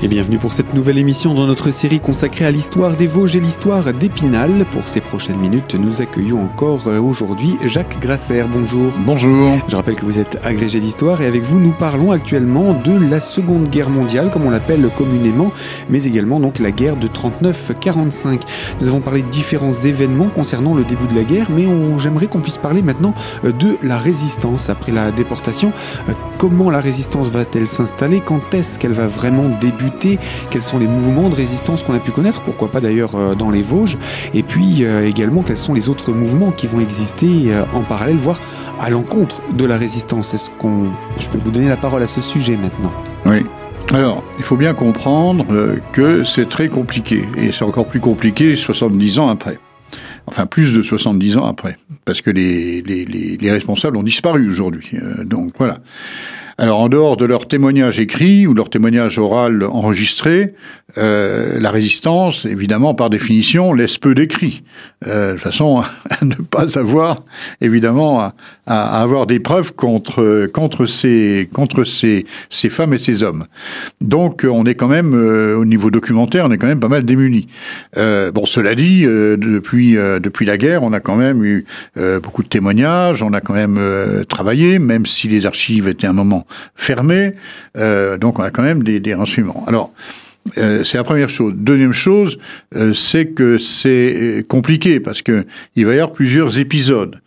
Et bienvenue pour cette nouvelle émission dans notre série consacrée à l'histoire des Vosges et l'histoire d'Épinal. Pour ces prochaines minutes, nous accueillons encore aujourd'hui Jacques Grasser. Bonjour. Bonjour. Je rappelle que vous êtes agrégé d'histoire et avec vous, nous parlons actuellement de la Seconde Guerre mondiale, comme on l'appelle communément, mais également donc la guerre de 39-45. Nous avons parlé de différents événements concernant le début de la guerre, mais j'aimerais qu'on puisse parler maintenant de la résistance après la déportation. Comment la résistance va-t-elle s'installer? Quand est-ce qu'elle va vraiment débuter? Quels sont les mouvements de résistance qu'on a pu connaître? Pourquoi pas d'ailleurs dans les Vosges? Et puis également, quels sont les autres mouvements qui vont exister en parallèle, voire à l'encontre de la résistance? Je peux vous donner la parole à ce sujet maintenant. Oui. Alors, il faut bien comprendre que c'est très compliqué. Et c'est encore plus compliqué 70 ans après. Enfin, plus de 70 ans après. Parce que les responsables ont disparu aujourd'hui. Donc, voilà. Alors, en dehors de leur témoignage écrit ou leur témoignage oral enregistré, la résistance, évidemment, par définition, laisse peu d'écrits. De façon à ne pas avoir, évidemment, à avoir des preuves contre ces femmes et ces hommes. Donc, on est quand même, au niveau documentaire, on est quand même pas mal démunis. Cela dit, depuis la guerre, on a quand même eu beaucoup de témoignages, on a quand même travaillé, même si les archives étaient un moment fermées, donc on a quand même des renseignements. Alors, c'est la première chose. Deuxième chose, c'est que c'est compliqué parce que il va y avoir plusieurs épisodes.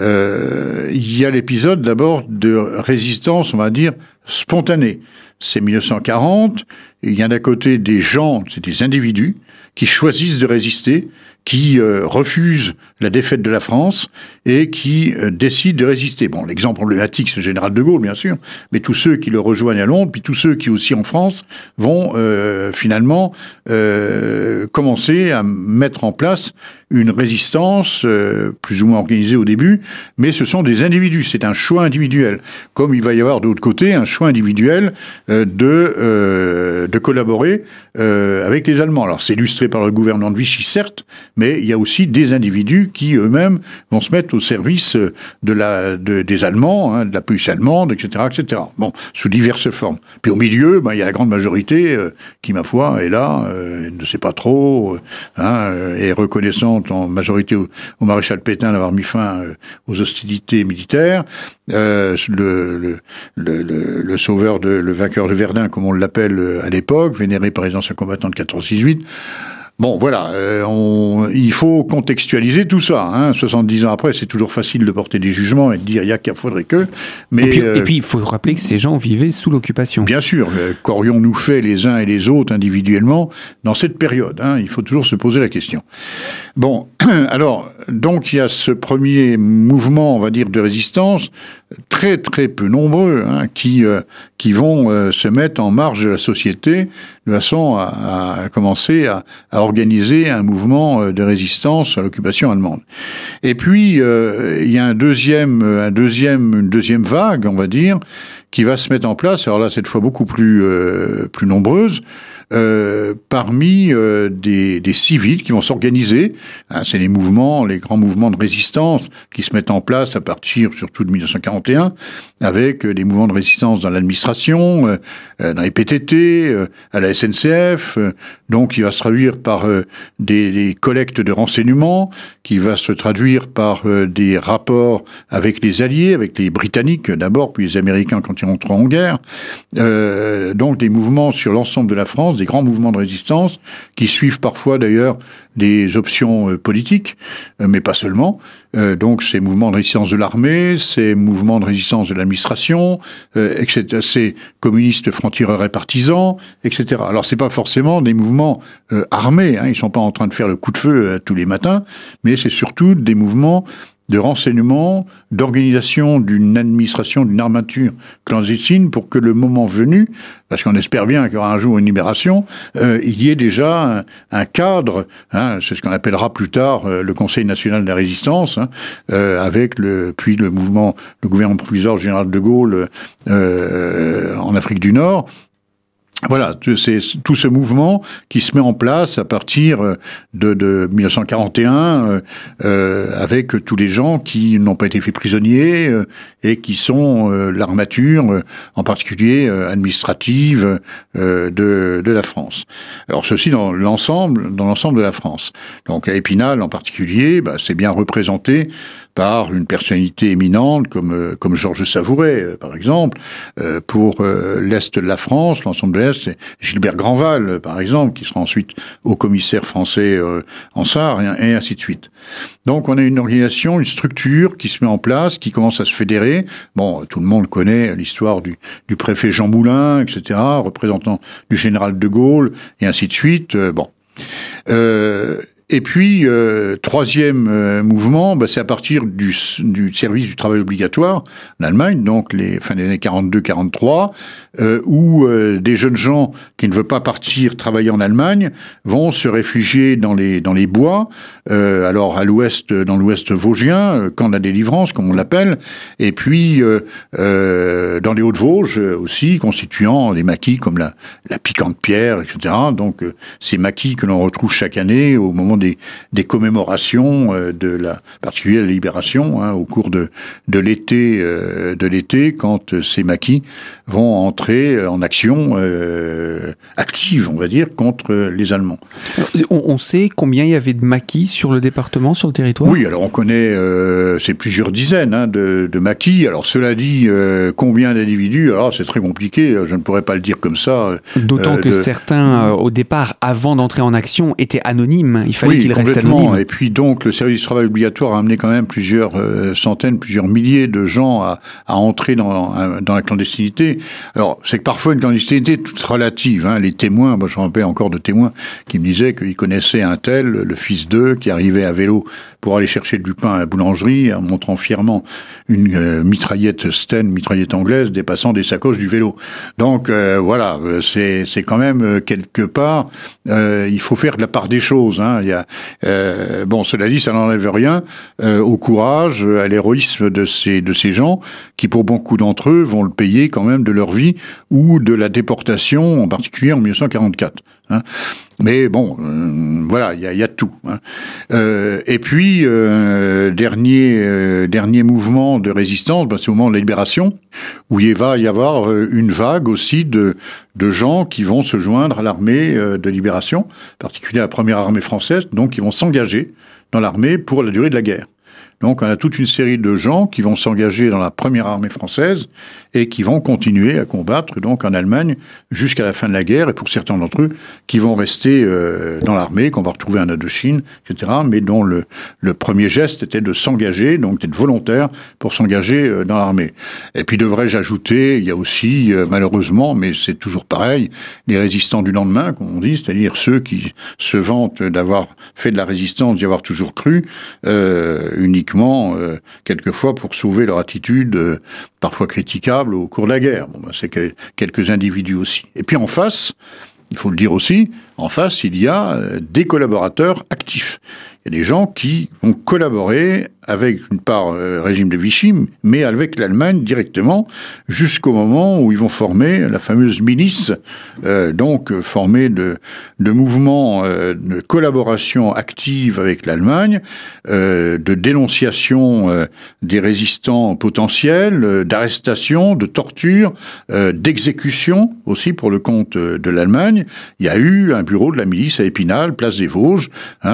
Il y a l'épisode d'abord de résistance, on va dire, spontanée. C'est 1940. Il y a d'un côté des gens, c'est des individus qui choisissent de résister, qui refusent la défaite de la France et qui décident de résister. Bon, l'exemple emblématique, c'est le général de Gaulle, bien sûr, mais tous ceux qui le rejoignent à Londres, puis tous ceux qui aussi en France vont finalement commencer à mettre en place une résistance plus ou moins organisée au début, mais ce sont des individus, c'est un choix individuel. Comme il va y avoir de l'autre côté un choix individuel de collaborer avec les Allemands. Alors c'est illustré par le gouvernement de Vichy, certes, mais il y a aussi des individus qui eux-mêmes vont se mettre au service des Allemands, de la police allemande, etc., etc. Bon, sous diverses formes. Puis au milieu, il y a la grande majorité qui, ma foi, est là, ne sait pas trop, est reconnaissante en majorité au maréchal Pétain d'avoir mis fin aux hostilités militaires. Le sauveur, le vainqueur de Verdun, comme on l'appelle à l'époque, vénéré par les anciens combattants de 14-18. Bon, voilà, il faut contextualiser tout ça. 70 ans après, c'est toujours facile de porter des jugements et de dire il y a qu'il faudrait que. Mais et puis, il faut rappeler que ces gens vivaient sous l'occupation. Bien sûr, qu'aurions-nous fait les uns et les autres individuellement dans cette période? Il faut toujours se poser la question. Bon, alors, donc il y a ce premier mouvement, on va dire, de résistance, très très peu nombreux, qui vont se mettre en marge de la société de façon à commencer à organiser un mouvement de résistance à l'occupation allemande. Et puis il y a une deuxième vague, on va dire, qui va se mettre en place. Alors là, cette fois beaucoup plus nombreuse. Parmi des civils qui vont s'organiser. C'est les grands mouvements de résistance qui se mettent en place à partir surtout de 1941, avec des mouvements de résistance dans l'administration, dans les PTT, à la SNCF. Donc il va se traduire par des collectes de renseignements, qui va se traduire par des rapports avec les Alliés, avec les Britanniques d'abord, puis les Américains quand ils rentreront en guerre. Donc des mouvements sur l'ensemble de la France, des grands mouvements de résistance, qui suivent parfois d'ailleurs des options politiques, mais pas seulement. Donc ces mouvements de résistance de l'armée, ces mouvements de résistance de l'administration, etc., ces communistes francs-tireurs et partisans, etc. Alors c'est pas forcément des mouvements armés, ils sont pas en train de faire le coup de feu tous les matins, mais c'est surtout des mouvements de renseignement, d'organisation d'une administration, d'une armature clandestine pour que le moment venu, parce qu'on espère bien qu'il y aura un jour une libération, il y ait déjà un cadre, c'est ce qu'on appellera plus tard le Conseil national de la résistance, avec puis le gouvernement provisoire du général de Gaulle en Afrique du Nord, Voilà, c'est tout ce mouvement qui se met en place à partir de 1941, avec tous les gens qui n'ont pas été faits prisonniers et qui sont l'armature, en particulier administrative, de la France. Alors ceci dans l'ensemble de la France. Donc à Épinal en particulier, c'est bien représenté par une personnalité éminente comme Georges Savouret, par exemple. Pour l'Est de la France, l'ensemble de l'Est, c'est Gilbert Grandval, par exemple, qui sera ensuite haut-commissaire français en Sarre, et ainsi de suite. Donc on a une organisation, une structure qui se met en place, qui commence à se fédérer. Bon, tout le monde connaît l'histoire du préfet Jean Moulin, etc., représentant du général de Gaulle, et ainsi de suite. Et puis, troisième mouvement, c'est à partir du service du travail obligatoire en Allemagne, donc fin des années 42-43, où des jeunes gens qui ne veulent pas partir travailler en Allemagne vont se réfugier dans les bois, alors dans l'ouest vosgien, camp de la délivrance, comme on l'appelle, et puis dans les Hauts-de-Vosges aussi, constituant des maquis comme la Piquante-Pierre, etc. Donc, ces maquis que l'on retrouve chaque année au moment des commémorations particulièrement de la libération, au cours de l'été, quand ces maquis vont entrer en action active, on va dire, contre les Allemands. On sait combien il y avait de maquis sur le département, sur le territoire ? Oui, alors on connaît, c'est plusieurs dizaines de maquis. Alors cela dit, combien d'individus ? Alors c'est très compliqué, je ne pourrais pas le dire comme ça. D'autant que certains, au départ, avant d'entrer en action, étaient anonymes. Il fallait qu'ils restent anonymes. Et puis donc, le service du travail obligatoire a amené quand même plusieurs centaines, plusieurs milliers de gens à entrer dans la clandestinité. Alors, c'est que parfois une clandestinité est toute relative. Les témoins, moi je me rappelle encore de témoins qui me disaient qu'ils connaissaient un tel, le fils d'eux, qui arrivait à vélo pour aller chercher du pain à la boulangerie, en montrant fièrement une mitraillette Sten, mitraillette anglaise, dépassant des sacoches du vélo. Donc voilà, c'est quand même quelque part, il faut faire de la part des choses. Il y a, cela dit, ça n'enlève rien au courage, à l'héroïsme de ces gens qui, pour beaucoup d'entre eux, vont le payer quand même de leur vie ou de la déportation, en particulier en 1944. Mais bon, voilà, il y a tout. Et puis, dernier mouvement de résistance, c'est au moment de la libération, où il va y avoir une vague aussi de gens qui vont se joindre à l'armée de libération, en particulier à la première armée française, donc qui vont s'engager dans l'armée pour la durée de la guerre. Donc on a toute une série de gens qui vont s'engager dans la première armée française et qui vont continuer à combattre donc en Allemagne jusqu'à la fin de la guerre, et pour certains d'entre eux qui vont rester dans l'armée, qu'on va retrouver en Indochine, etc., mais dont le premier geste était de s'engager, donc d'être volontaire pour s'engager dans l'armée. Et puis devrais-je ajouter, il y a aussi malheureusement, mais c'est toujours pareil, les résistants du lendemain, comme on dit, c'est-à-dire ceux qui se vantent d'avoir fait de la résistance, d'y avoir toujours cru, uniquement quelquefois pour sauver leur attitude parfois critiquable au cours de la guerre. C'est quelques individus aussi. Et puis en face, il faut le dire aussi, en face, il y a des collaborateurs actifs. Il y a des gens qui vont collaborer avec, une part, régime de Vichy, mais avec l'Allemagne directement, jusqu'au moment où ils vont former la fameuse milice, donc formée de mouvements de collaboration active avec l'Allemagne, de dénonciation des résistants potentiels, d'arrestation, de torture, d'exécution aussi pour le compte de l'Allemagne. Il y a eu un bureau de la milice à Épinal, place des Vosges,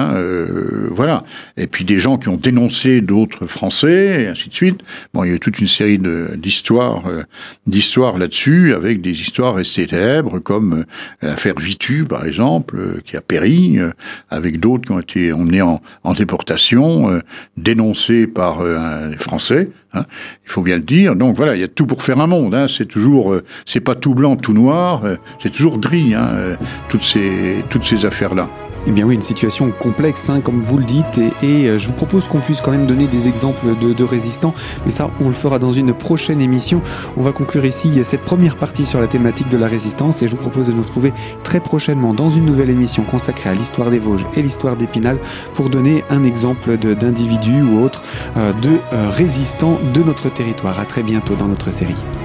voilà. Et puis des gens qui ont dénoncé d'autres Français, et ainsi de suite. Bon, il y a eu toute une série d'histoires là-dessus, avec des histoires restées célèbres, comme l'affaire Vitu, par exemple, qui a péri, avec d'autres qui ont été emmenés en déportation, dénoncés par les Français. Il faut bien le dire. Donc voilà, il y a tout pour faire un monde. C'est toujours, c'est pas tout blanc, tout noir, c'est toujours gris. Toutes ces affaires-là. Eh bien oui, une situation complexe, comme vous le dites, et je vous propose qu'on puisse quand même donner des exemples de résistants, mais ça, on le fera dans une prochaine émission. On va conclure ici cette première partie sur la thématique de la résistance, et je vous propose de nous retrouver très prochainement dans une nouvelle émission consacrée à l'histoire des Vosges et l'histoire d'Épinal, pour donner un exemple d'individus ou autres de résistants de notre territoire. À très bientôt dans notre série.